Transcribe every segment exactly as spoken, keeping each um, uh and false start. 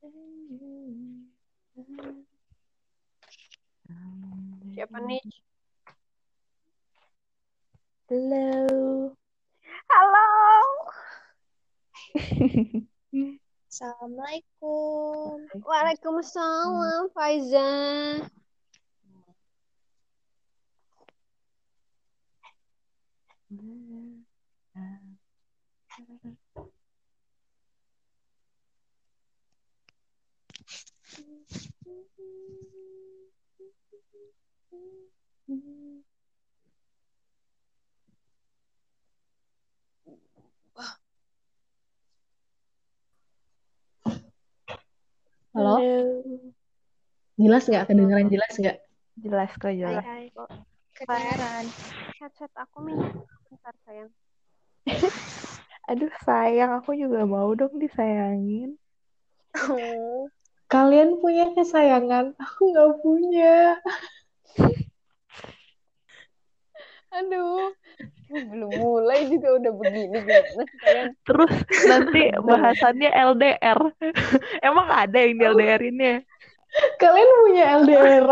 Siapa nih? Halo. Halo. Assalamualaikum. Waalaikumsalam, Faiza. Halo? Halo. Jelas nggak? Kedengeran jelas nggak? Jelas kok, Hai, jelas. hai. Kok kedengaran? Headset aku minta bentar, sayang. Aduh, sayang. Aku juga mau dong disayangin. Oh. Kalian punya kesayangan, aku nggak punya. Aduh. Belum mulai juga udah begini gimana sih kalian? Terus nanti bahasannya L D R. Emang ada yang di L D R ini ya? Kalian punya L D R?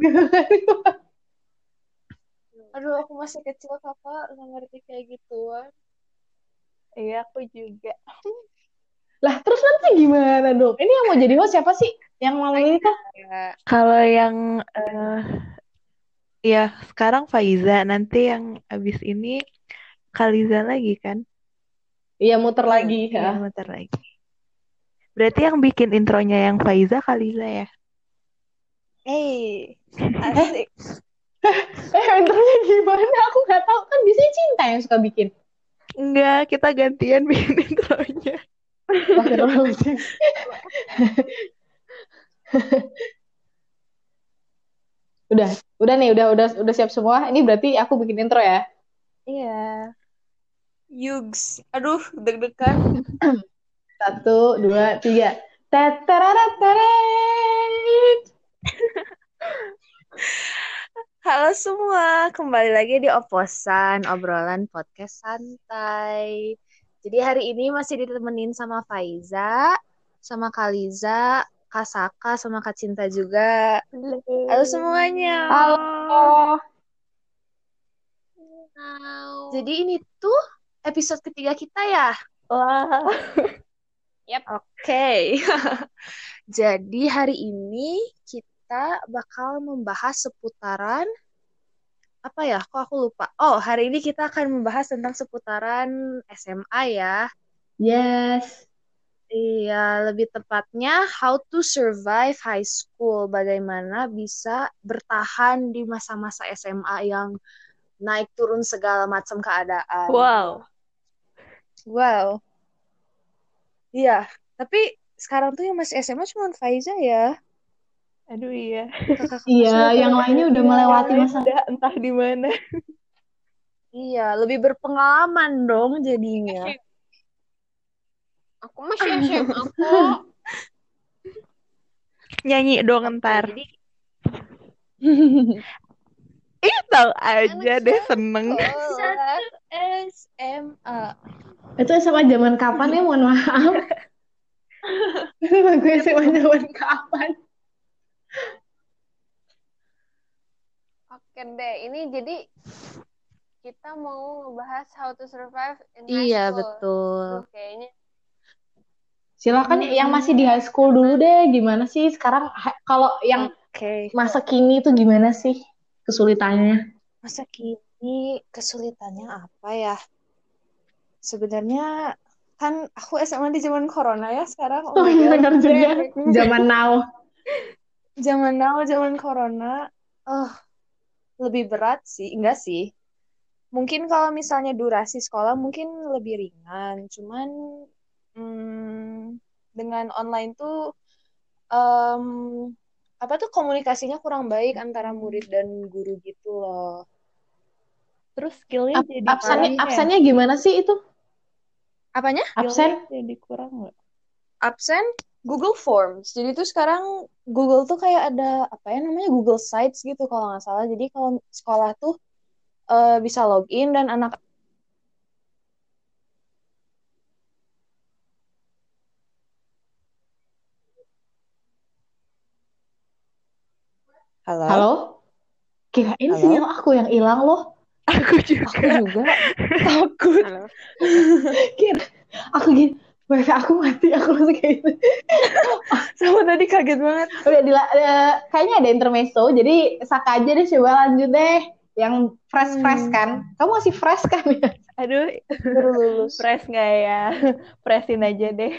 Aduh, aku masih kecil, kakak nggak ngerti kayak gituan. Iya, aku juga. Lah, terus nanti gimana dong? Ini yang mau jadi host siapa sih? Yang malam ini tuh? Ya. Kalau yang eh ya sekarang Faiza, nanti yang abis ini Kaliza lagi kan? Iya, muter Hmm. lagi ya. Iya, bentar lagi. Berarti yang bikin intronya yang Faiza Kaliza ya? Eh, asik. Eh, intronya gimana? Aku nggak tahu. Kan biasanya Cinta yang suka bikin. Enggak, kita gantian bikin intronya. Astagfirullahaladzim. Udah, udah nih, udah, udah, udah siap semua. Ini berarti aku bikin intro ya. Iya. Yugs. Aduh, deg-degan. Satu, dua, tiga. Teterereteret. Halo semua, kembali lagi di Oposan, obrolan podcast santai. Jadi hari ini masih ditemenin sama Faiza, sama Kaliza, Kak Saka, sama Kak Cinta juga. Halo semuanya. Halo. Jadi ini tuh episode ketiga kita ya? Wah. Yap. Oke. Jadi hari ini kita bakal membahas seputaran apa ya? Kok aku lupa. Oh, hari ini kita akan membahas tentang seputaran S M A ya. Yes. Iya, lebih tepatnya how to survive high school. Bagaimana bisa bertahan di masa-masa S M A yang naik turun segala macam keadaan. Wow. Wow. Iya, tapi sekarang tuh yang masih S M A cuma Faiza ya. Aduh iya. Kakak-kakak Iya, sudah yang pada lainnya udah kuliah. melewati masa. Udah entah di mana. Iya, lebih berpengalaman dong jadinya. Aku masih S M A kok. Nyanyi dong Oke, ntar. jadi Ih, tahu aja anak deh seneng. sekolah S M A. Itu S M A zaman kapan ya? Mohon maaf. Lagu S M A zaman kapan? Oke deh, ini jadi kita mau ngebahas how to survive in high Iya, school. betul. Duh, kayaknya Silakan yang masih di high school dulu deh. Gimana sih sekarang ha- kalau yang Oke. masa kini itu gimana sih kesulitannya? Masa kini kesulitannya apa ya? Sebenarnya kan aku S M A di zaman corona ya sekarang. Oh Oh my iya god. benar juga. Zaman now. Zaman now, zaman corona. Oh, lebih berat sih. Enggak sih. Mungkin kalau misalnya durasi sekolah mungkin lebih ringan. Cuman hmm, dengan online tuh em, apa tuh komunikasinya kurang baik antara murid dan guru gitu loh. Terus skillnya Ab- jadi absennya kurang ya? absennya gimana sih itu? Apanya? Absen? Skillnya jadi kurang nggak? Absen Google Forms. Jadi tuh sekarang Google tuh kayak ada apa ya namanya Google Sites gitu kalau nggak salah. Jadi kalau sekolah tuh eh, bisa login dan anak Halo? Halo? Kirain Halo? sinyal aku yang hilang loh. Aku Aku juga. juga takut. Halo. Kira aku gini, wifi aku mati, aku langsung kayak gitu. Sama tadi kaget banget. Udah dila, eh, kayaknya ada intermezzo, jadi Saka aja deh, coba lanjut deh. Yang fresh-fresh Hmm, kan? Kamu masih fresh kan ya? Aduh, baru lulus. press nggak ya? Pressin aja deh.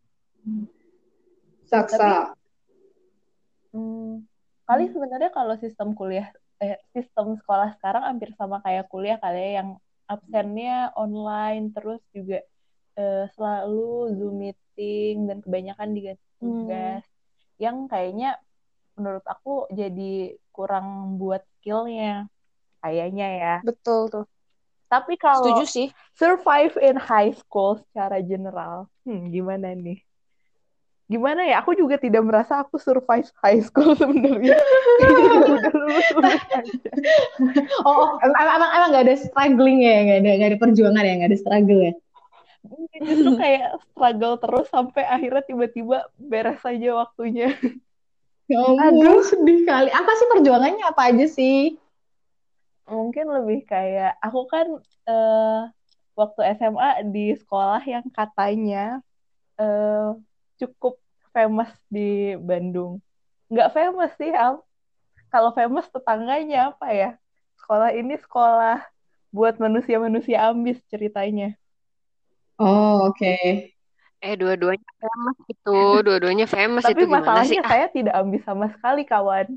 Tapi Saksa. hmm, kali sebenarnya kalau sistem kuliah, eh, sistem sekolah sekarang hampir sama kayak kuliah kali ya, yang absennya online, terus juga eh, selalu Zoom meeting dan kebanyakan diganti Hmm, tugas. Yang kayaknya menurut aku jadi kurang buat skillnya, kayaknya ya. betul tuh. Tapi kalau Setuju sih. survive in high school secara general, hmm, gimana nih? Gimana ya? Aku juga tidak merasa aku survive high school sebenarnya. Kayaknya juga udah lulus-lulus aja. Oh, oh, emang emang emang nggak ada struggling ya, nggak ada nggak ada perjuangan ya, nggak ada struggle ya. Justru kayak struggle terus sampai akhirnya tiba-tiba beres aja waktunya. Ya ampun, Aduh. sedih kali. Apa sih perjuangannya, apa aja sih? Mungkin lebih kayak aku kan eh, waktu S M A di sekolah yang katanya eh, cukup famous di Bandung. Nggak famous sih, Al. Kalau famous tetangganya apa ya? Sekolah ini sekolah buat manusia-manusia ambis ceritanya. Oh, oke. Eh, dua-duanya famous itu. Dua-duanya famous Tapi itu gimana sih? masalahnya Ah, saya tidak ambis sama sekali, kawan.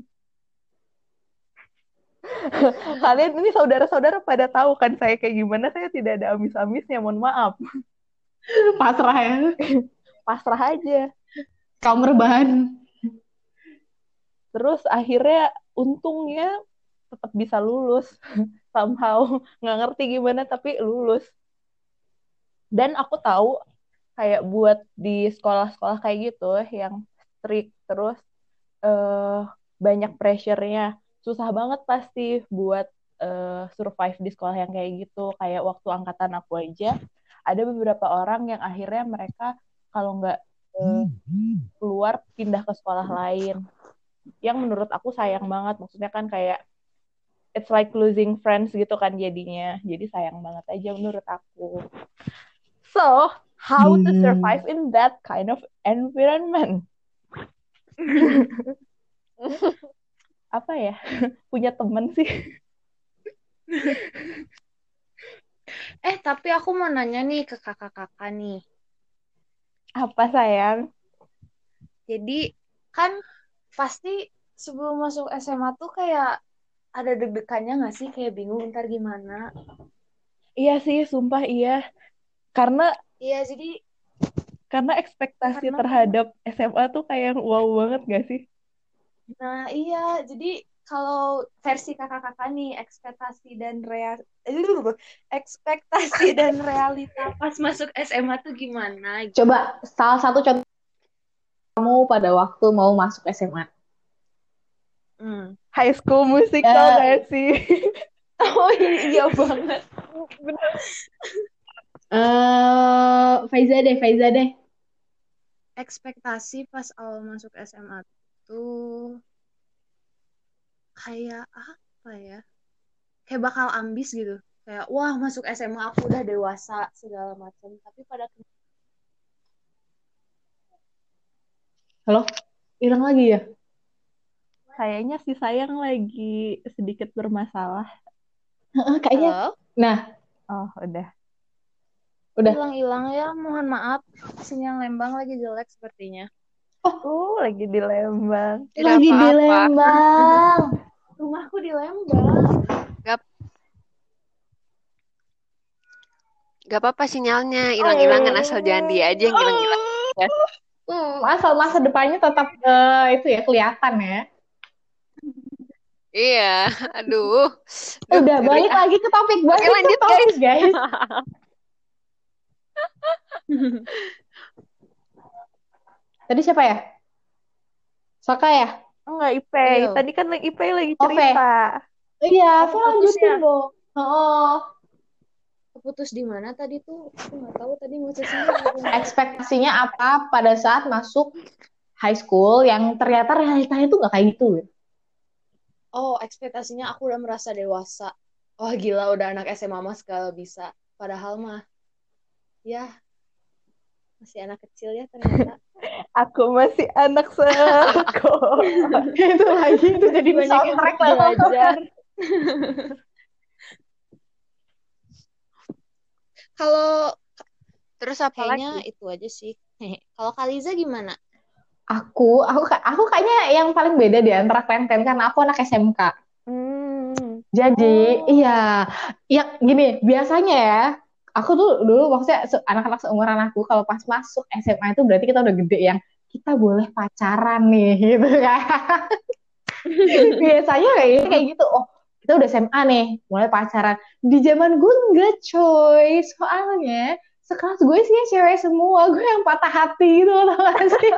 Kalian ini saudara-saudara pada tahu kan saya kayak gimana, saya tidak ada ambis-ambisnya, mohon maaf. Pasrah ya. Pasrah aja. Kaum rebahan. Terus akhirnya untungnya tetap bisa lulus. Somehow nggak ngerti gimana tapi lulus. Dan aku tahu kayak buat di sekolah-sekolah kayak gitu yang strict terus eh, banyak pressure-nya, susah banget pasti buat eh, survive di sekolah yang kayak gitu. Kayak waktu angkatan aku aja ada beberapa orang yang akhirnya mereka kalau nggak eh, keluar pindah ke sekolah lain, yang menurut aku sayang banget. Maksudnya kan kayak it's like losing friends gitu kan jadinya, jadi sayang banget aja menurut aku. So how to survive Hmm. in that kind of environment? Apa ya, punya temen sih. Eh, tapi aku mau nanya nih ke kakak-kakak nih. Apa sayang? Jadi, kan pasti sebelum masuk S M A tuh kayak ada deg-degannya nggak sih? Kayak bingung ntar gimana. Iya sih, sumpah iya. Karena Iya, jadi karena ekspektasi karena terhadap S M A tuh kayak wow banget gak sih? nah iya, jadi kalau versi kakak-kakak nih ekspektasi dan real ekspektasi dan realita pas masuk S M A tuh gimana? Coba salah satu contoh kamu pada waktu mau masuk S M A. Hmm. High School Musical Eh, gak sih? Oh iya banget. Bener. eh, Faiza deh, Faiza deh. Ekspektasi pas awal masuk S M A tuh kayak apa ya? Kayak bakal ambis gitu. Kayak wah masuk S M A aku udah dewasa segala macam. Tapi pada Halo, hilang lagi ya? Kayaknya si sayang lagi sedikit bermasalah. Heeh, kayaknya. halo, Nah, Oh, udah. udah. hilang-hilang ya. Mohon maaf, sinyal Lembang lagi jelek sepertinya. Uh, lagi di Lembang. tidak Lagi di apa-apa. Lembang. Rumahku di Lembang. Gak, gak apa-apa sinyalnya. Hilang-hilangan asal jangan dia aja yang hilang-hilang. Ya. Hmm, asal masa depannya tetap eh, itu ya kelihatan ya. Iya, aduh. Duh, Udah ngeri balik ah. lagi ke topik, Oke, balik ke lanjut topik guys. guys. Tadi siapa ya? Saka ya? Enggak, I P. Iya. Tadi kan I P lagi Oh, Fe. cerita. Iya, Oh, Fe putus lanjutin ya? dong. Oh, Keputus di mana tadi tuh? Aku nggak tahu tadi maksudnya. ekspektasinya apa pada saat masuk high school yang ternyata realitanya tuh nggak kayak gitu. oh ekspektasinya aku udah merasa dewasa. Wah gila udah anak S M A mah segala bisa. Padahal mah ya masih anak kecil ya ternyata. Aku masih anak sekolah. Itu lagi itu jadi Banyak yang soundtrack harus lah. belajar. Kalau Terus apa kayaknya lagi? itu aja sih. Kalau Kaliza gimana? Aku, aku, aku kayaknya yang paling beda di antara kalian karena aku anak S M K. Hmm. Jadi, Oh. iya, ya gini, biasanya ya, aku tuh dulu maksudnya se- anak-anak seumuran aku kalau pas masuk S M A itu berarti kita udah gede yang kita boleh pacaran nih, gitu kan. Biasanya kayak kayak gitu. Oh, kita udah S M A nih, mulai pacaran. Di zaman gue enggak, coy. Soalnya sekelas gue sih cewek semua, gue yang patah hati gitu loh gak sih?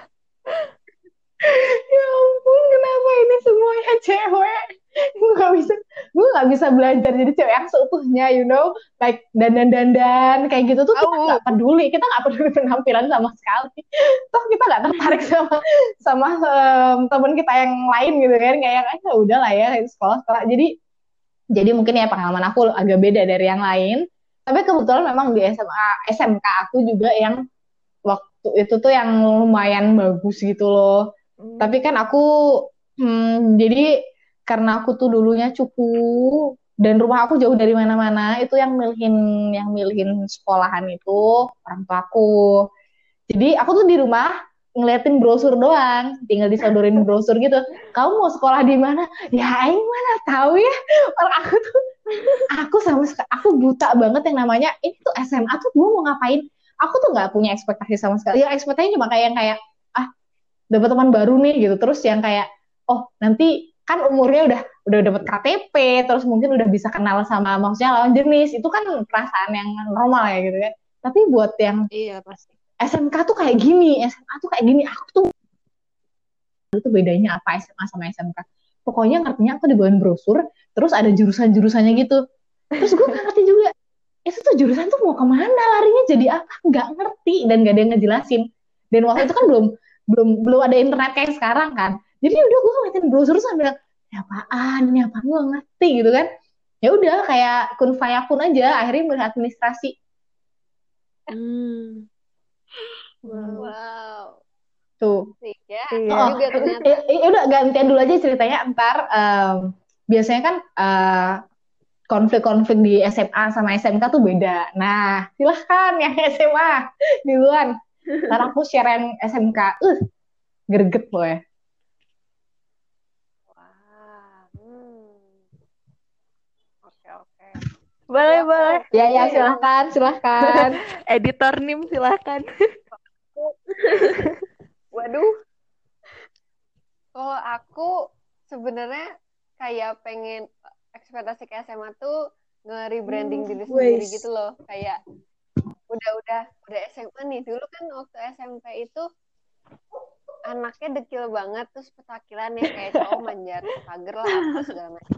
Ya ampun, kenapa ini semuanya cewek? Gue gak bisa, gue gak bisa belajar jadi cewek yang seutuhnya, you know, like dandan-dandan kayak gitu tuh kita Tahu. nggak peduli, kita nggak peduli penampilan sama sekali. Toh kita nggak tertarik sama sama um, teman kita yang lain gitu kan, kayak ah udah lah ya sekolah-sekolah. Jadi jadi mungkin ya pengalaman aku agak beda dari yang lain. Tapi kebetulan memang di S M A, S M K aku juga yang waktu itu tuh yang lumayan bagus gitu loh. Tapi kan aku hmm, jadi karena aku tuh dulunya cupu dan rumah aku jauh dari mana-mana, itu yang milihin yang milihin sekolahan itu orang tua aku. Jadi aku tuh di rumah ngeliatin brosur doang, tinggal disodorin brosur gitu. Kamu mau sekolah di mana? Ya, aing mana tahu ya. Orang aku tuh aku sama sekali aku buta banget yang namanya ini tuh S M A tuh gue mau ngapain. Aku tuh nggak punya ekspektasi sama sekali. Ya ekspektasinya cuma kayak yang kayak ah dapat teman baru nih gitu. Terus yang kayak oh nanti kan umurnya udah udah dapat K T P, terus mungkin udah bisa kenal sama maksudnya lawan jenis. Itu kan perasaan yang normal ya gitu kan. Tapi buat yang Iya pasti. S M K tuh kayak gini, S M A tuh kayak gini. Aku tuh itu bedanya apa S M A sama S M K. Pokoknya ngertinya aku dibawain brosur, terus ada jurusan-jurusannya gitu. Terus gue gak ngerti juga, itu tuh jurusan tuh mau kemana, larinya jadi apa, nggak ngerti dan gak ada yang ngejelasin. Dan waktu itu kan belum belum belum ada internet kayak sekarang kan. Jadi udah gue ngeliatin brosur sambil ya apaan, ini apa gue ngerti gitu kan. Ya udah kayak kun fayakun aja, akhirnya milih administrasi. Hmm. Wow. Wow. Tuh. Sih ya. Iya. Oh, Juga ternyata. ya, ya udah gantian dulu aja ceritanya ntar em, biasanya kan eh, konflik-konflik di S M A sama S M K tuh beda. Nah, silahkan yang S M A duluan. Ntar aku share yang S M K. Uh, greget loh ya. Wah. Hmm. Oke, oke. Boleh, Aku boleh. waktu Ya, itu ya, yang silahkan, silahkan. Editor Nim silakan. Waduh, kalau aku sebenarnya kayak pengen ekspektasi ke S M A tuh nge-rebranding diri sendiri Wes. gitu loh. Kayak udah-udah udah S M A nih. Dulu kan waktu S M P itu anaknya dekil banget terus petakilan ya kayak cowok manjat pagar lah apa segala macam.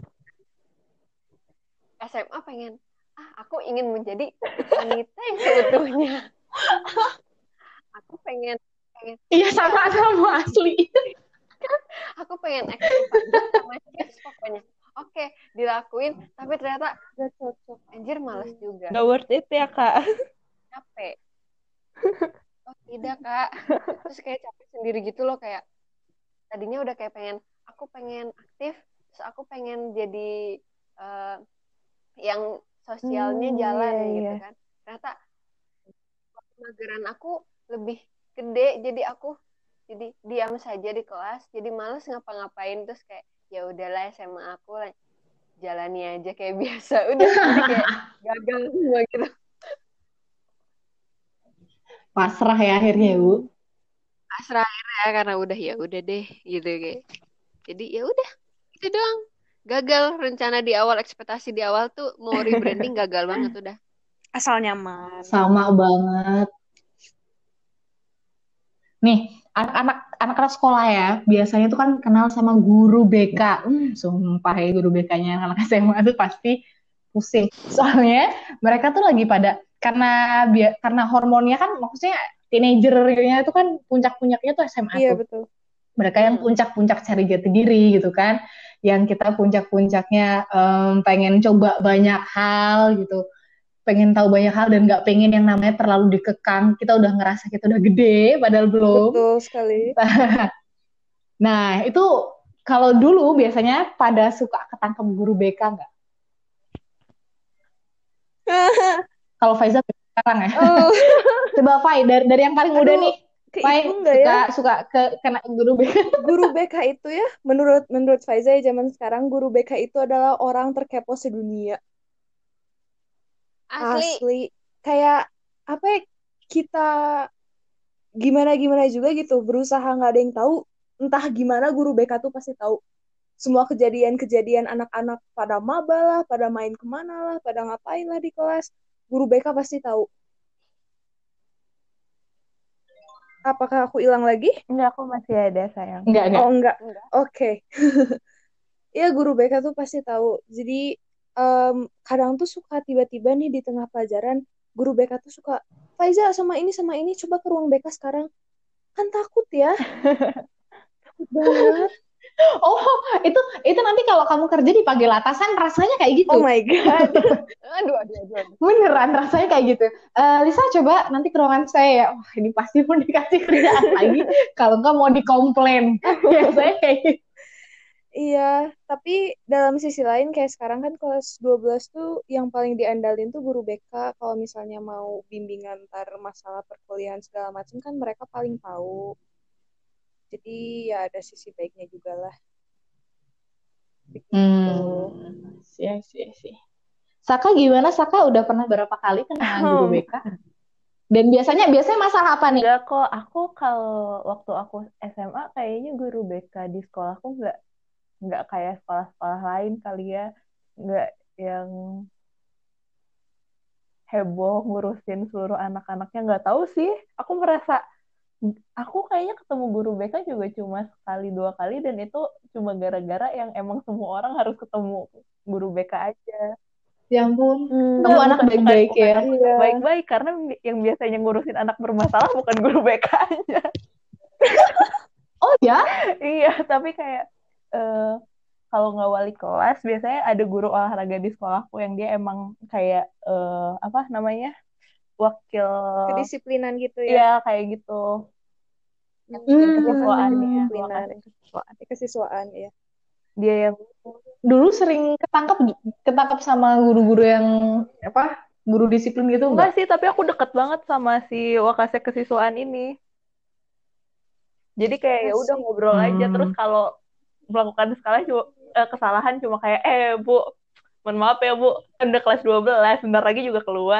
S M A pengen ah aku ingin menjadi wanita yang seutuhnya. Aku pengen pengen Iya, sama-sama asli. aku pengen ekstrim aja sama cheers pokoknya. Oke, dilakuin tapi ternyata gak cocok. Anjir males juga. Gak worth it ya, Kak. Capek. Oh tidak, Kak. Terus kayak capek sendiri gitu loh kayak tadinya udah kayak pengen aku pengen aktif, terus aku pengen jadi uh, yang sosialnya Hmm, jalan iya, gitu iya. kan. Ternyata mageran aku lebih gede jadi aku jadi diam saja di kelas jadi males ngapa-ngapain terus kayak ya udahlah S M A aku lah jalani aja kayak biasa udah jadi kayak gagal semua gitu Pasrah ya akhirnya, Bu. pasrah ya karena udah ya udah deh gitu kayak jadi ya udah itu doang gagal rencana di awal ekspektasi di awal tuh mau rebranding gagal banget udah Asal nyaman. Sama banget. Nih, anak-anak anak-anak sekolah ya, biasanya tuh kan kenal sama guru B K. Hmm, sumpah ya guru B K-nya anak S M A tuh pasti pusing. Soalnya mereka tuh lagi pada karena biar karena hormonnya kan maksudnya teenagernya itu kan puncak-puncaknya tuh S M A Iya tuh. betul. Mereka yang Hmm. puncak-puncak cari jati diri gitu kan, yang kita puncak-puncaknya em, pengen coba banyak hal gitu, pengen tahu banyak hal dan nggak pengen yang namanya terlalu dikekang. Kita udah ngerasa kita udah gede, padahal belum. Betul sekali. Nah, itu kalau dulu biasanya pada suka ketangkep guru B K nggak? Kalau Faiza sekarang ya. Oh, Coba Fai, dari, dari yang paling muda aduh, nih. Fai keitung nggak suka ya? suka ke kena guru B K. Guru B K itu ya, menurut menurut Faiza ya zaman sekarang, guru B K itu adalah orang terkepo sedunia. Asli. Asli. Kayak apa ya, kita gimana-gimana juga gitu, berusaha nggak ada yang tahu, entah gimana guru B K tuh pasti tahu. Semua kejadian-kejadian anak-anak pada maba lah, pada main kemana lah, pada ngapain lah di kelas, guru B K pasti tahu. Apakah aku hilang lagi? Enggak, aku masih ada sayang. Enggak, enggak. Oh enggak. Enggak. Oke. Iya, guru B K tuh pasti tahu. Jadi em, kadang tuh suka tiba-tiba nih di tengah pelajaran, guru B K tuh suka, Faiza sama ini sama ini coba ke ruang B K sekarang. Kan takut ya. Takut banget. Oh, itu itu nanti kalau kamu kerja di Pagel Atasan rasanya kayak gitu. Oh my God. Aduh, aduh, aduh, aduh. Beneran rasanya kayak gitu. Eh, Lisa coba nanti ke ruangan saya ya. Wah, ini pasti pun dikasih kerjaan lagi. Kalau nggak mau dikomplain. Biasanya kayak gitu. Iya, tapi dalam sisi lain kayak sekarang kan kelas dua belas tuh yang paling diandalin tuh guru B K. Kalau misalnya mau bimbingan ntar masalah perkuliahan segala macam kan mereka paling tahu. Jadi ya ada sisi baiknya juga lah. Begitu. Hmm, sih, sih, sih. Saka gimana? Saka udah pernah berapa kali kena guru B K? Dan biasanya biasanya masalah apa nih? Enggak kok, aku kalau waktu aku S M A kayaknya guru B K di sekolahku enggak enggak kayak sekolah-sekolah lain kali ya. Enggak yang heboh ngurusin seluruh anak-anaknya, nggak tahu sih. Aku merasa aku kayaknya ketemu guru B K juga cuma sekali dua kali dan itu cuma gara-gara yang emang semua orang harus ketemu guru B K aja. Ya ampun, Hmm. kamu anak bukan, baik-baik bukan, ya. bukan Iya. baik-baik karena yang biasanya ngurusin anak bermasalah bukan guru B K-nya. Oh ya? Iya, tapi kayak eh, kalau nggak wali kelas biasanya ada guru olahraga di sekolahku yang dia emang kayak eh, apa namanya wakil, Kedisiplinan gitu ya. iya kayak gitu. Hmm, Kesiswaan ya, kedisiplinan. lokasi kesiswaan. Kesiswaan ya. Dia yang Dulu sering ketangkep ketangkep sama guru-guru yang apa? Guru disiplin gitu enggak enggak? sih, tapi aku deket banget sama si wakasek kesiswaan ini. Jadi kayak ya udah Asik. ngobrol aja, Hmm. terus kalau melakukan kesalahan cuma, eh, kesalahan cuma kayak eh Bu, mohon maaf ya Bu, kan udah kelas dua belas, bentar lagi juga keluar.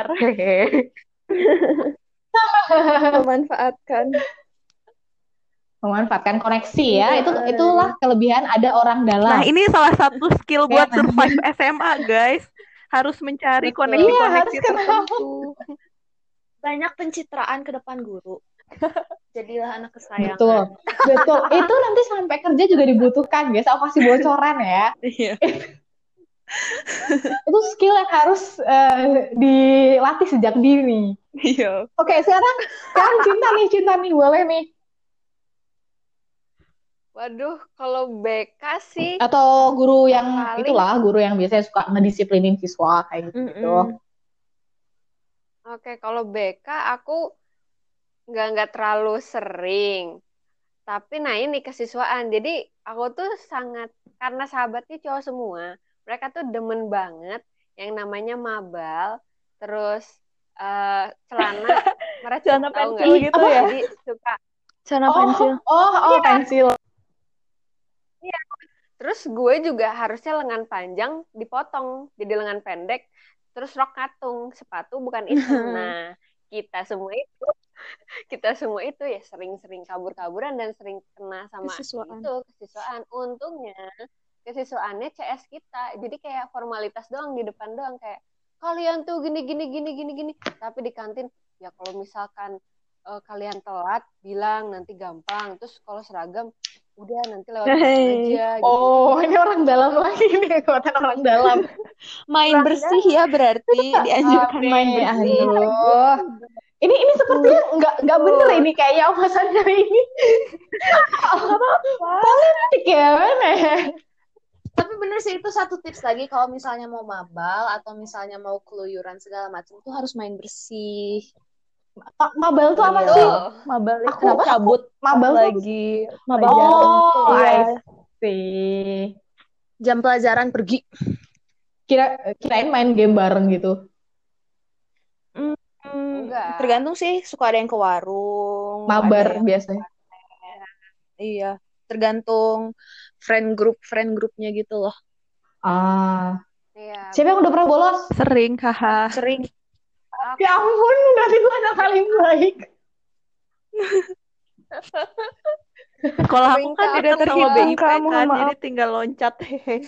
Memanfaatkan. Memanfaatkan koneksi ya. Iya. Itu itulah kelebihan ada orang dalam. Nah, ini salah satu skill buat Ya. survive S M A, guys. Harus mencari Betul. koneksi-koneksi Iya, harus tertentu. Banyak pencitraan ke depan guru. Jadilah anak kesayangan. Betul. Betul. Itu nanti sampai kerja juga dibutuhkan, guys. Aku kasih bocoran ya. Iya. Itu skill yang harus eh, dilatih sejak dini. Iya. Oke, sekarang sekarang cinta nih, cinta nih, boleh nih. Waduh, kalau B K sih Atau guru yang Paling- itulah, guru yang biasanya suka ngedisiplinin siswa kayak gitu. Mm-mm. Oke, kalau B K aku nggak nggak terlalu sering. Tapi nah ini kesiswaan. Jadi aku tuh sangat, karena sahabatnya cowok semua, mereka tuh demen banget yang namanya mabal, terus eh, celana mereka Celana tahu pensil nggak? gitu ya? Jadi suka. Celana Oh, pensil. oh, oh, pensil. Terus gue juga harusnya lengan panjang dipotong jadi lengan pendek, terus rok katung, sepatu bukan itu. Nah, kita semua itu kita semua itu ya sering-sering kabur-kaburan dan sering kena sama Kesiswaan. itu kesiswaan. Untungnya kesiswaannya C S kita, jadi kayak formalitas doang di depan doang, kayak kalian tuh gini gini gini gini gini. Tapi di kantin ya kalau misalkan eh, kalian telat bilang nanti gampang. Terus kalau seragam udah nanti lewat Hey. aja gitu. Oh, ini orang dalam lagi nih, kekuatan orang dalam. Main bersih ya berarti dianjurkan main Oke, bersih. aduh. Ini ini sepertinya nggak nggak bener ini kayaknya omongan hari ini. Nggak apa-apa. Politik ya mana ya? Tapi bener sih itu satu tips lagi kalau misalnya mau mabal atau misalnya mau keluyuran segala macam tuh harus main bersih. Ma- Mabal tuh apa Real. sih? Tuh. Mabal itu Aku- cabut Mabal tuh lagi Mabal. pelajaran. Oh, Iya. I see. Jam pelajaran pergi. Kira kirain main game bareng gitu. Hmm, Enggak. tergantung sih, suka ada yang ke warung, ada Mabar yang biasanya. iya, tergantung friend group friend grupnya gitu loh. Ah, Iya. siapa yang udah pernah bolos? Sering, haha. Sering. Aku Ya ampun, berarti gue anak paling baik. Kalau aku Sering kan Kak, tidak aku sama terhitung, B I P Kak, mohon kan, maaf. jadi tinggal loncat. Hehe.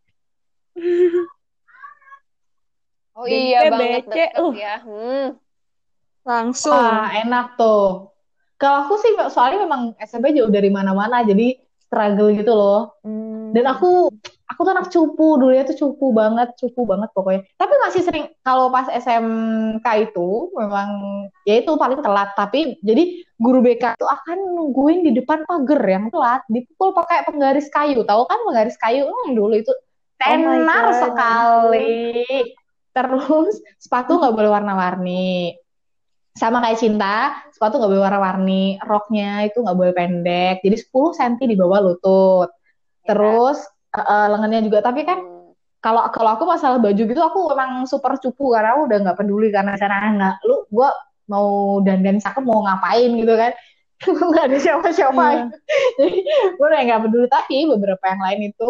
Oh B I P iya banget B C, deket uh. ya. Hmm. Langsung. Wah, enak tuh. Kalau aku sih soalnya memang S M P jauh dari mana-mana, jadi struggle gitu loh. Hmm. Dan aku aku tuh anak cupu, dulunya tuh cupu banget, cupu banget pokoknya. Tapi masih sering kalau pas S M K itu memang ya itu paling telat. Tapi jadi guru B K itu akan nungguin di depan pagar yang telat, dipukul pakai penggaris kayu. Tahu kan penggaris kayu? Hmm, dulu itu Oh my tenar God, sekali. Terus sepatu nggak boleh warna-warni. Sama kayak Cinta, sepatu nggak boleh warna-warni, roknya itu nggak boleh pendek, jadi sepuluh sentimeter di bawah lutut. Terus uh, uh, lengannya juga, tapi kan Hmm. kalau kalau aku masalah baju gitu, aku emang super cupu karena aku udah nggak peduli karena sana nggak, lu gue mau dandan cakep mau ngapain gitu kan, nggak ada siapa-siapa, Iya. jadi gue udah nggak peduli. Tapi beberapa yang lain itu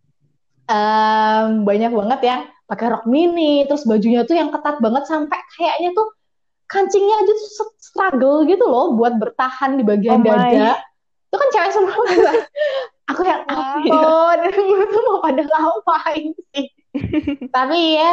um, banyak banget yang pakai rok mini, terus bajunya tuh yang ketat banget sampai kayaknya tuh kancingnya aja tuh struggle gitu loh buat bertahan di bagian Oh my. dada. Itu kan cewek semua. Aku yang ampun, gue tuh mau pada ngapain sih? Tapi ya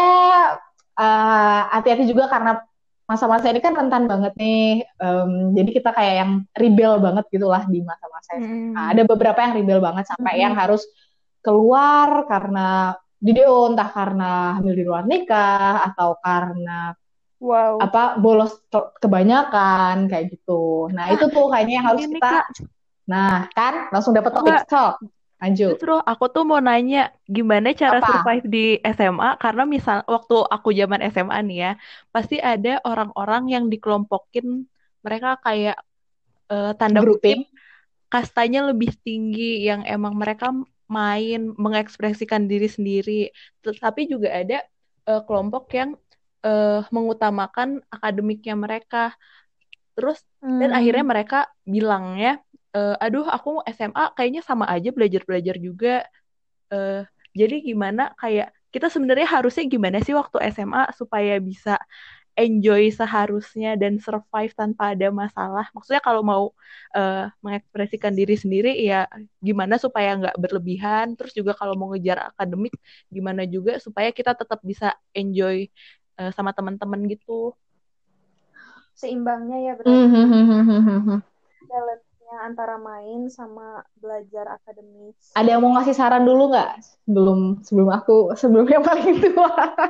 uh, hati-hati juga karena masa-masa ini kan rentan banget nih. Um, jadi kita kayak yang rebel banget gitulah di masa-masa S M A. Mm. Ada beberapa yang rebel banget sampai Mm-mm. yang harus keluar karena di D O, entah karena hamil di luar nikah atau karena Wow. apa bolos ke- kebanyakan kayak gitu. Nah, itu tuh kayaknya yang harus Ini kita. Kak, Nah, kan langsung dapat topik Enggak. talk. Lanjut. Justru aku tuh mau nanya gimana cara Apa? survive di S M A, karena misal waktu aku zaman S M A nih ya, pasti ada orang-orang yang dikelompokin, mereka kayak eh, tanda kutip Grouping. kastanya lebih tinggi, yang emang mereka main mengekspresikan diri sendiri. Tapi juga ada eh, kelompok yang eh, mengutamakan akademiknya mereka. Terus dan Hmm. akhirnya mereka bilangnya, eh, aduh aku S M A kayaknya sama aja belajar-belajar juga. Eh, jadi gimana kayak kita sebenarnya harusnya gimana sih waktu S M A supaya bisa enjoy seharusnya dan survive tanpa ada masalah. Maksudnya kalau mau eh, mengekspresikan diri sendiri ya gimana supaya nggak berlebihan. Terus juga kalau mau ngejar akademik gimana juga supaya kita tetap bisa enjoy eh, sama teman-teman gitu. Seimbangnya ya berarti Mm-hmm. balance-nya antara main sama belajar akademis. Ada yang mau ngasih saran dulu nggak sebelum sebelum aku sebelum yang paling tua?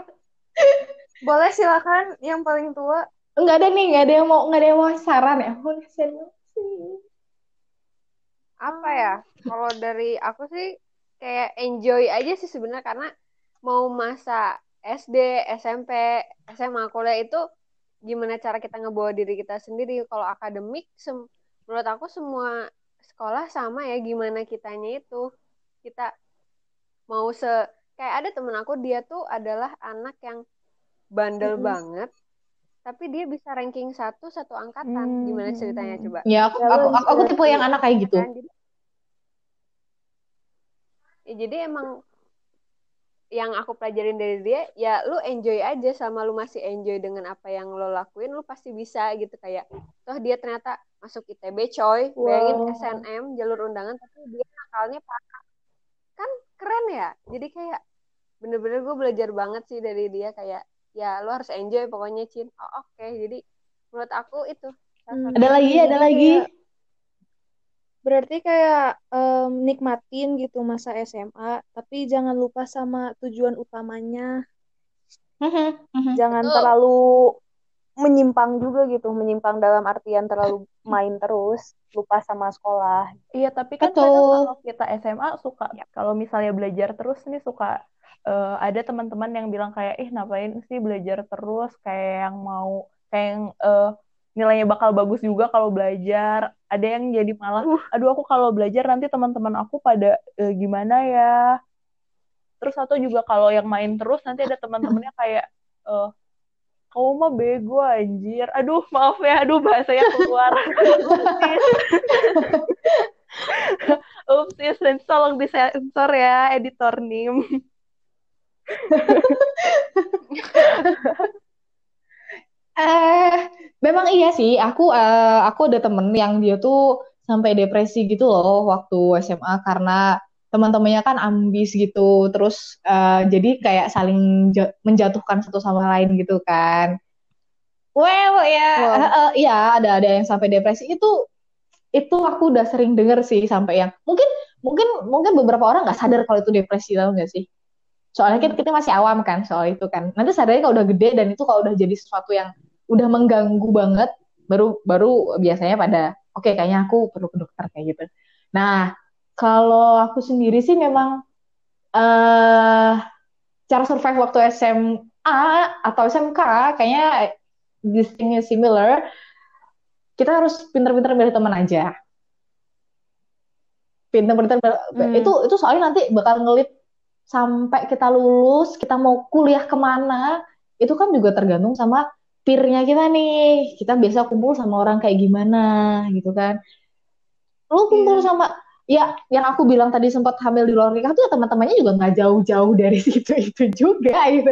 Boleh silakan yang paling tua. Nggak ada nih, nggak ada yang mau nggak ada yang mau saran ya? Mau ngasih Apa ya? Kalau dari aku sih kayak enjoy aja sih sebenarnya, karena mau masa S D, S M P, S M A, kuliah itu gimana cara kita ngebawa diri kita sendiri. Kalau akademik, sem- menurut aku semua sekolah sama ya, gimana kitanya itu. Kita mau se... Kayak ada temen aku, dia tuh adalah anak yang bandel Mm-mm. banget, tapi dia bisa ranking satu satu angkatan. Hmm. Gimana ceritanya coba? Ya aku Ya, aku lo aku, aku tipe yang anak kayak gitu. Kan? Jadi, ya, jadi emang yang aku pelajarin dari dia, ya lu enjoy aja, sama lu masih enjoy dengan apa yang lo lakuin, lu pasti bisa gitu. Kayak toh dia ternyata masuk I T B coy, bayangin Wow. S N M jalur undangan, tapi dia nakalnya parah, kan keren ya. Jadi kayak bener-bener gue belajar banget sih dari dia, kayak ya lu harus enjoy pokoknya Cin. Oh, oke. Jadi menurut aku itu salah Hmm. satu. Ada lagi, ada Jadi lagi. kayak berarti kayak em, nikmatin gitu masa S M A, tapi jangan lupa sama tujuan utamanya. Mhm, mhm. Jangan Betul. terlalu menyimpang juga gitu, menyimpang dalam artian terlalu main terus, lupa sama sekolah. Iya, tapi kan kadang kalau Betul. kita S M A suka, Ya. kalau misalnya belajar terus nih suka eh, ada teman-teman yang bilang kayak, ih ngapain sih belajar terus, kayak yang mau, kayak yang eh, nilainya bakal bagus juga kalau belajar. Ada yang jadi malah, Uh, aduh aku kalau belajar nanti teman-teman aku pada eh, gimana ya. Terus atau juga kalau yang main terus nanti ada teman-temannya kayak, eh, kamu mah bego anjir. Aduh maaf ya, aduh bahasanya keluar. Upsis, Upsis, tolong disensor ya, editor Nim. Eh, memang iya sih. Aku eh, aku ada temen yang dia tuh sampai depresi gitu loh waktu S M A karena teman-temannya kan ambis gitu. Terus eh, jadi kayak saling ja- menjatuhkan satu sama lain gitu kan. Well ya, eh, wow. eh, iya ada ada yang sampai depresi itu itu aku udah sering denger sih sampai yang mungkin mungkin mungkin beberapa orang nggak sadar kalau itu depresi tau nggak sih? Soalnya kita, kita masih awam kan soal itu kan. Nanti sadarnya kalau udah gede dan itu kalau udah jadi sesuatu yang udah mengganggu banget, baru baru biasanya pada oke okay, kayaknya aku perlu ke dokter kayak gitu. Nah, kalau aku sendiri sih memang eh cara survive waktu S M A atau S M K kayaknya this thing is similar. Kita harus pinter-pinter milih teman aja. Pinter-pinter itu Hmm. itu soalnya nanti bakal ngelit sampai kita lulus, kita mau kuliah kemana, itu kan juga tergantung sama peer-nya kita nih. Kita biasa kumpul sama orang kayak gimana gitu kan. Lu kumpul Iya. sama, ya yang aku bilang tadi sempat hamil di luar nikah tuh ya teman-temannya juga nggak jauh-jauh dari situ-itu juga gitu.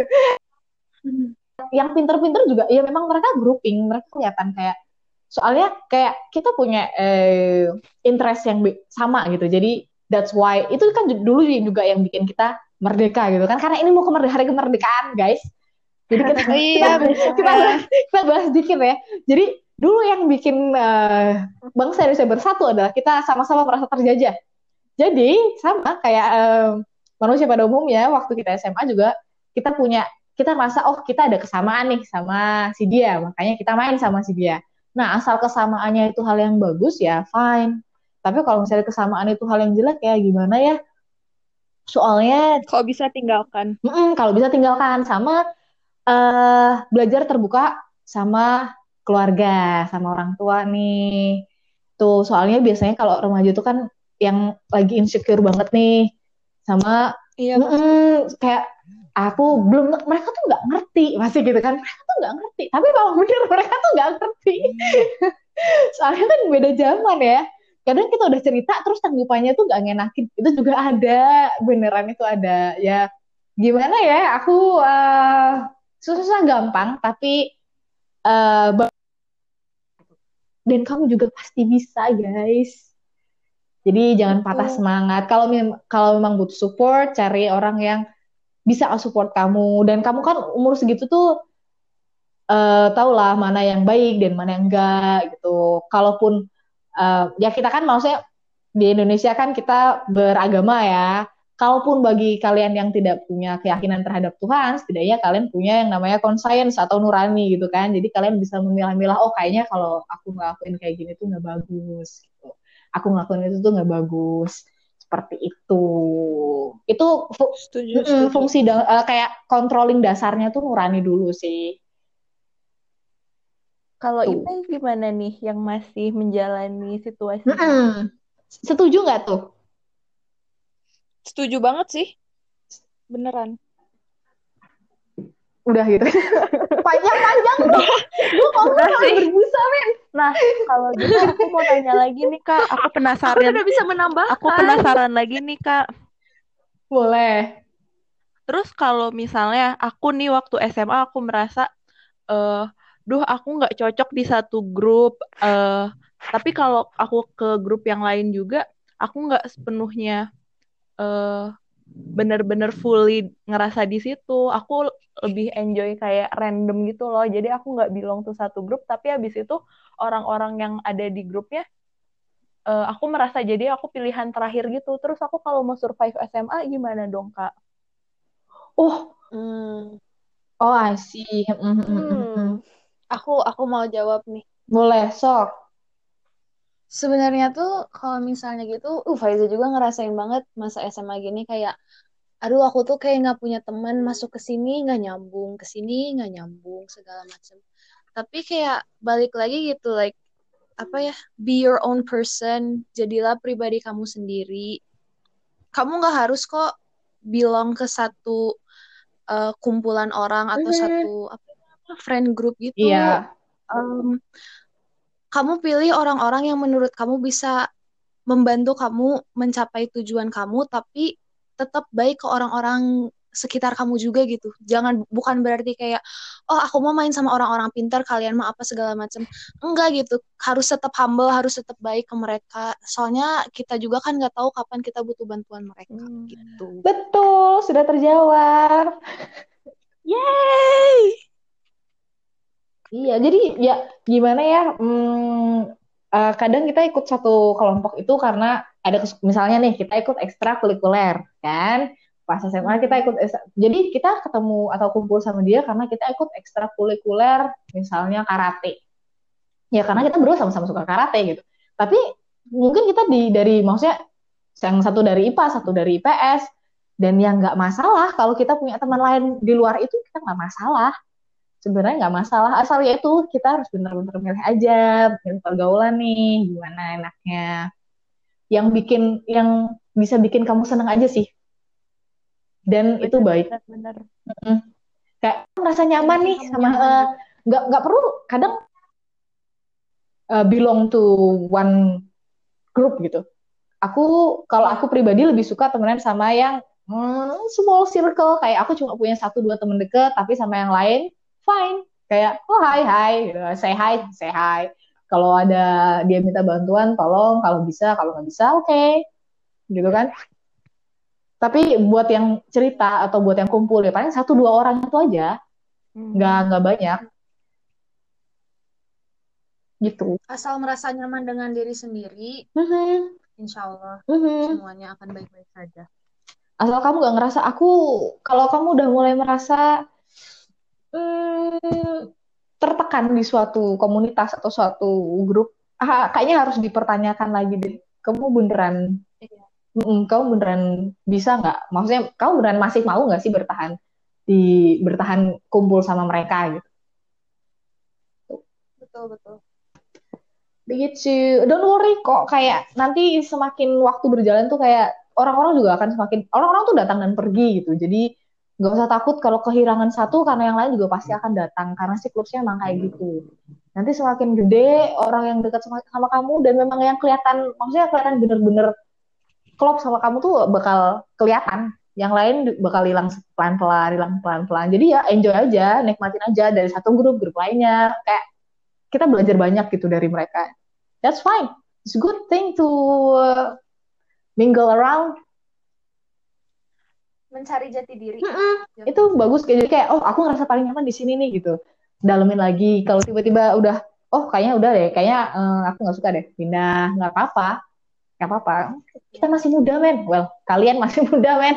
Yang pinter-pinter juga, ya memang mereka grouping, mereka kelihatan kayak, soalnya kayak kita punya eh, interest yang sama gitu. Jadi that's why, itu kan dulu juga yang bikin kita merdeka gitu kan, karena ini mau ke hari kemerdekaan guys, jadi kita Oh kita iya, kita benar. bahas, kita bahas dikit ya. Jadi dulu yang bikin uh, bangsa Indonesia bersatu adalah kita sama-sama merasa terjajah. Jadi sama kayak uh, manusia pada umumnya waktu kita S M A juga kita punya, kita merasa oh kita ada kesamaan nih sama si dia, makanya kita main sama si dia. Nah asal kesamaannya itu hal yang bagus ya fine. Tapi kalau misalnya kesamaan itu hal yang jelek ya gimana ya? Soalnya Kok bisa tinggalkan? mm-mm, kalau bisa tinggalkan sama uh, belajar terbuka sama keluarga, sama orang tua nih. Tuh, soalnya biasanya kalau remaja itu kan yang lagi insecure banget nih sama Iya, pasti. mm-mm, kayak aku belum, mereka tuh nggak ngerti masih gitu kan, mereka tuh nggak ngerti. Tapi kalau bener mereka tuh nggak ngerti. Soalnya kan beda zaman ya. Kadang kita udah cerita terus tanggapannya tuh nggak ngenakin. Itu juga ada, beneran itu ada. Ya gimana ya? Aku uh, susah gampang, tapi uh, dan kamu juga pasti bisa, guys. Jadi jangan patah Betul. semangat. Kalau mem- kalau memang butuh support, cari orang yang bisa support kamu. Dan kamu kan umur segitu tuh uh, tau lah mana yang baik dan mana yang enggak gitu. Kalaupun uh, ya kita kan maksudnya di Indonesia kan kita beragama ya. Kalaupun bagi kalian yang tidak punya keyakinan terhadap Tuhan, setidaknya kalian punya yang namanya conscience atau nurani gitu kan. Jadi kalian bisa memilah-milah, oh kayaknya kalau aku ngelakuin kayak gini tuh nggak bagus. Gitu. Aku ngelakuin itu tuh nggak bagus. Seperti itu. Itu fu- Setuju, mm, setuju. fungsi da- uh, kayak controlling dasarnya tuh nurani dulu sih. Kalau Tuh. Ipay gimana nih yang masih menjalani situasinya? Mm-mm. Setuju nggak tuh? Setuju banget sih. Beneran. Udah gitu. Panjang-panjang tuh. Gue ngomong Udah malah sih. berbusa, men. Nah, kalau gitu aku mau nanya lagi nih Kak. Aku Aku penasaran. tidak bisa menambahkan. Aku penasaran lagi nih Kak. Boleh. Terus kalau misalnya aku nih waktu S M A aku merasa, eh, duh aku nggak cocok di satu grup. eh tapi kalau aku ke grup yang lain juga, aku nggak sepenuhnya eh bener-bener fully ngerasa di situ. Aku lebih enjoy kayak random gitu loh. Jadi aku nggak belong tuh satu grup, tapi habis itu orang-orang yang ada di grupnya, eh, aku merasa jadi aku pilihan terakhir gitu. Terus aku kalau mau survive S M A gimana dong, Kak? Oh, Hmm. oh I see. Hmm, hmm, hmm, hmm, hmm. Hmm. Aku aku mau jawab nih. Boleh, sok. Sebenarnya tuh kalau misalnya gitu, uh Faiza juga ngerasain banget masa S M A gini kayak, aduh aku tuh kayak nggak punya teman, masuk ke sini nggak nyambung, ke sini nggak nyambung segala macam. Tapi kayak balik lagi gitu, like apa ya, be your own person, jadilah pribadi kamu sendiri. Kamu nggak harus kok belong ke satu uh, kumpulan orang atau Mhm. satu apa ya, friend group gitu. Iya, Um, Kamu pilih orang-orang yang menurut kamu bisa membantu kamu mencapai tujuan kamu, tapi tetap baik ke orang-orang sekitar kamu juga gitu. Jangan, bukan berarti kayak, oh aku mau main sama orang-orang pintar, kalian mah apa segala macam. Enggak gitu. Harus tetap humble, harus tetap baik ke mereka. Soalnya kita juga kan nggak tahu kapan kita butuh bantuan mereka Hmm. gitu. betul, sudah terjawab. Yeay! Iya, jadi ya gimana ya? Hmm, eh, kadang kita ikut satu kelompok itu karena ada kes- misalnya nih kita ikut ekstrakurikuler kan. Pas S M A kita Mm-mm. ikut es- jadi kita ketemu atau kumpul sama dia karena kita ikut ekstrakurikuler misalnya karate. Ya karena kita berdua sama-sama suka karate gitu. Tapi mungkin kita di dari maksudnya yang satu dari I P A, satu dari I P S, dan yang nggak masalah kalau kita punya teman lain di luar itu kita nggak masalah, sebenarnya nggak masalah asal ya itu kita harus benar-benar milih aja milih pergaulan nih gimana enaknya yang bikin yang bisa bikin kamu seneng aja sih dan itu Bener, baik. bener, bener. Mm-mm. Kayak merasa Yang nyaman bikin nih kamu sama nyaman eh, juga. nggak nggak perlu kadang eh, belong to one group gitu. Aku kalau Iya. aku pribadi lebih suka temenan sama yang hmm, small circle kayak aku cuma punya satu dua temen deket tapi sama yang lain fine kayak oh hai hai gitu. Say hi say hi kalau ada dia minta bantuan tolong kalau bisa kalau nggak bisa oke okay. Gitu kan tapi buat yang cerita atau buat yang kumpul ya paling satu dua orang itu aja nggak Hmm. nggak banyak gitu. Asal merasa nyaman dengan diri sendiri, Mhm, insya Allah mhm. semuanya akan baik-baik saja. Asal kamu nggak ngerasa aku kalau kamu udah mulai merasa hmm, tertekan di suatu komunitas atau suatu grup, ah, kayaknya harus dipertanyakan lagi deh. Kamu beneran, Iya. mm, kamu beneran bisa nggak? Maksudnya kamu beneran masih mau nggak sih bertahan di bertahan kumpul sama mereka gitu? Betul, betul. Begitu. Don't worry kok. Kayak nanti semakin waktu berjalan tuh kayak orang-orang juga akan semakin orang-orang tuh datang dan pergi gitu. Jadi nggak usah takut kalau kehilangan satu karena yang lain juga pasti akan datang karena siklusnya emang kayak gitu. Nanti semakin gede orang yang dekat sama, sama kamu dan memang yang kelihatan maksudnya kelihatan bener-bener klop sama kamu tuh bakal kelihatan. Yang lain bakal hilang pelan-pelan, hilang pelan-pelan. Jadi ya enjoy aja, nikmatin aja dari satu grup grup lainnya. Kayak kita belajar banyak gitu dari mereka. That's fine. It's a good thing to uh, mingle around. Mencari jati diri. Mm-mm. Jati Itu diri. bagus kayak kayak oh aku ngerasa paling nyaman di sini nih gitu. Dalemin lagi. Kalau tiba-tiba udah oh kayaknya udah deh, kayaknya eh, aku nggak suka deh, pindah nggak apa-apa, nggak apa-apa. Kita masih muda men. Well, kalian masih muda men.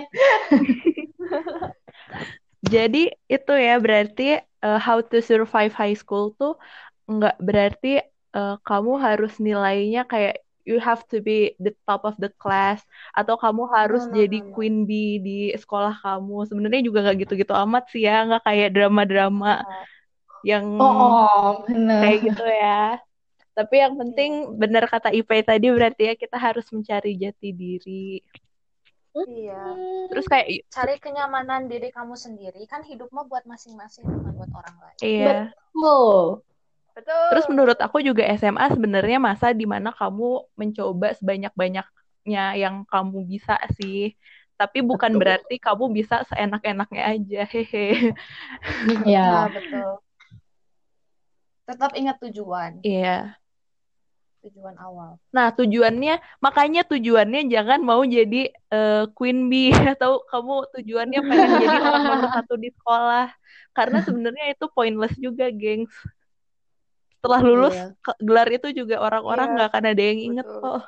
Jadi itu ya berarti uh, how to survive high school tuh nggak berarti uh, kamu harus nilainya kayak you have to be the top of the class atau kamu harus No, no, jadi no, no. queen bee di sekolah kamu. Sebenarnya juga nggak gitu-gitu amat sih ya, nggak kayak drama-drama Enggak. yang Oh, oh kayak bener. gitu ya. Tapi yang penting Iya. benar kata Ipe tadi berarti ya kita harus mencari jati diri. Iya. Terus kayak Cari kenyamanan diri kamu sendiri. Kan hidup mah buat masing-masing, bukan buat orang lain. iya. Betul. Terus menurut Betul. aku juga S M A sebenarnya masa dimana kamu mencoba sebanyak-banyaknya yang kamu bisa sih. Tapi bukan Betul. berarti kamu bisa seenak-enaknya aja. Hehe. Nah, Ya. betul. Tetap ingat tujuan. Iya. Tujuan awal. Nah, tujuannya, makanya tujuannya jangan mau jadi eh, queen bee atau kamu tujuannya pengen jadi orang nomor satu di sekolah. Karena sebenarnya itu pointless juga, gengs. Setelah lulus, Iya. ke- gelar itu juga orang-orang Iya, nggak akan ada yang inget betul. kok.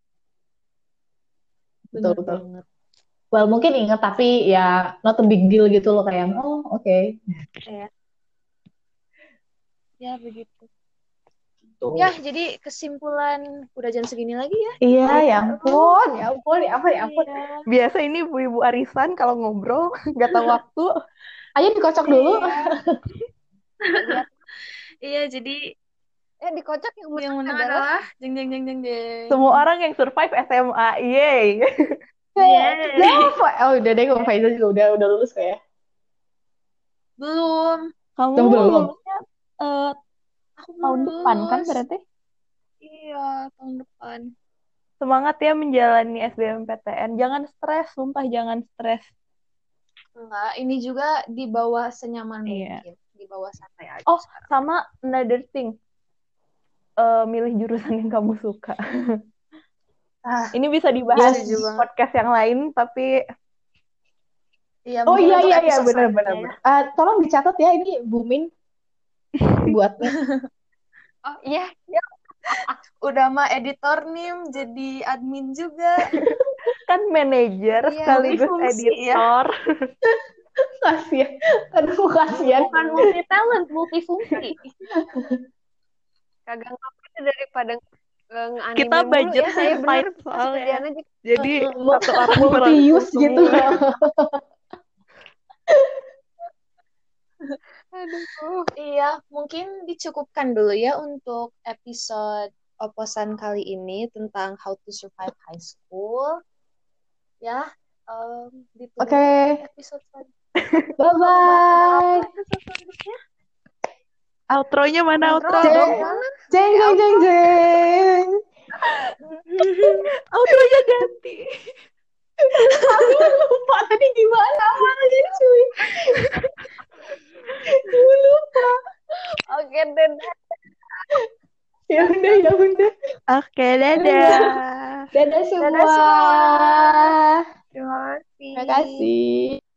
Betul Bener betul. banget. Well mungkin inget tapi ya not a big deal gitu loh kayak oh oke. Okay. Iya. Ya begitu. Tuh. Ya, jadi kesimpulan udah jam segini lagi ya. Iya, ya ampun, ya ampun, ya ampun, ya ampun. Iya. Biasa ini ibu-ibu arisan kalau ngobrol nggak tahu waktu. Ayo dikocok dulu. Iya. Lihat. Iya, jadi Eh dikocok yang menang, yang menang adalah adalah jeng jeng jeng jeng jeng. Semua orang yang survive S M A, yeay. Yeay. Nah, oh udah deh, Kak Faiza juga udah udah lulus kok ya. Belum. Kamu Oh, belum. lulusnya eh, Aku belum tahun depan kan lulus. berarti? Iya, tahun depan. Semangat ya menjalani S B M P T N. Jangan stres, sumpah jangan stres. Enggak, ini juga di bawah senyaman Iya. mungkin. Di bawah santai aja Oh, sekarang. sama another thing. Eh, milih jurusan yang kamu suka. Ah, Ini bisa dibahas Yes. di podcast yang lain, tapi iya, Oh mungkin iya untuk iya iya episode benar selanjutnya benar. ya. Uh, tolong dicatat ya ini booming buatnya. oh iya Udah mah editor nim, jadi admin juga. kan manajer Iya, sekaligus multifungsi ya. editor. Kasian. Aduh kasian. Bukan multi talent, multifungsi. kagak ngapain daripada eh, nge-anime Kita mulu budget ya saya bener time soalnya. kerjaan aja. Jadi Uh, satu orang multi use merangkum gitu. semua. Aduh. Iya, mungkin dicukupkan dulu ya untuk episode oposan kali ini tentang how to survive high school. Ya, um, ditunggu Oke. episode selanjutnya. Bye bye. Episode selanjutnya. Outronya mana Outro outro? Jeng jeng jeng jeng jeng. Outronya ganti. Aku lupa tadi gimana awalnya cuy. Aku lupa. Oke deh. Ya udah ya udah. Oke, dadah. Dadah semua. Dadah semua. Terima kasih. Terima kasih.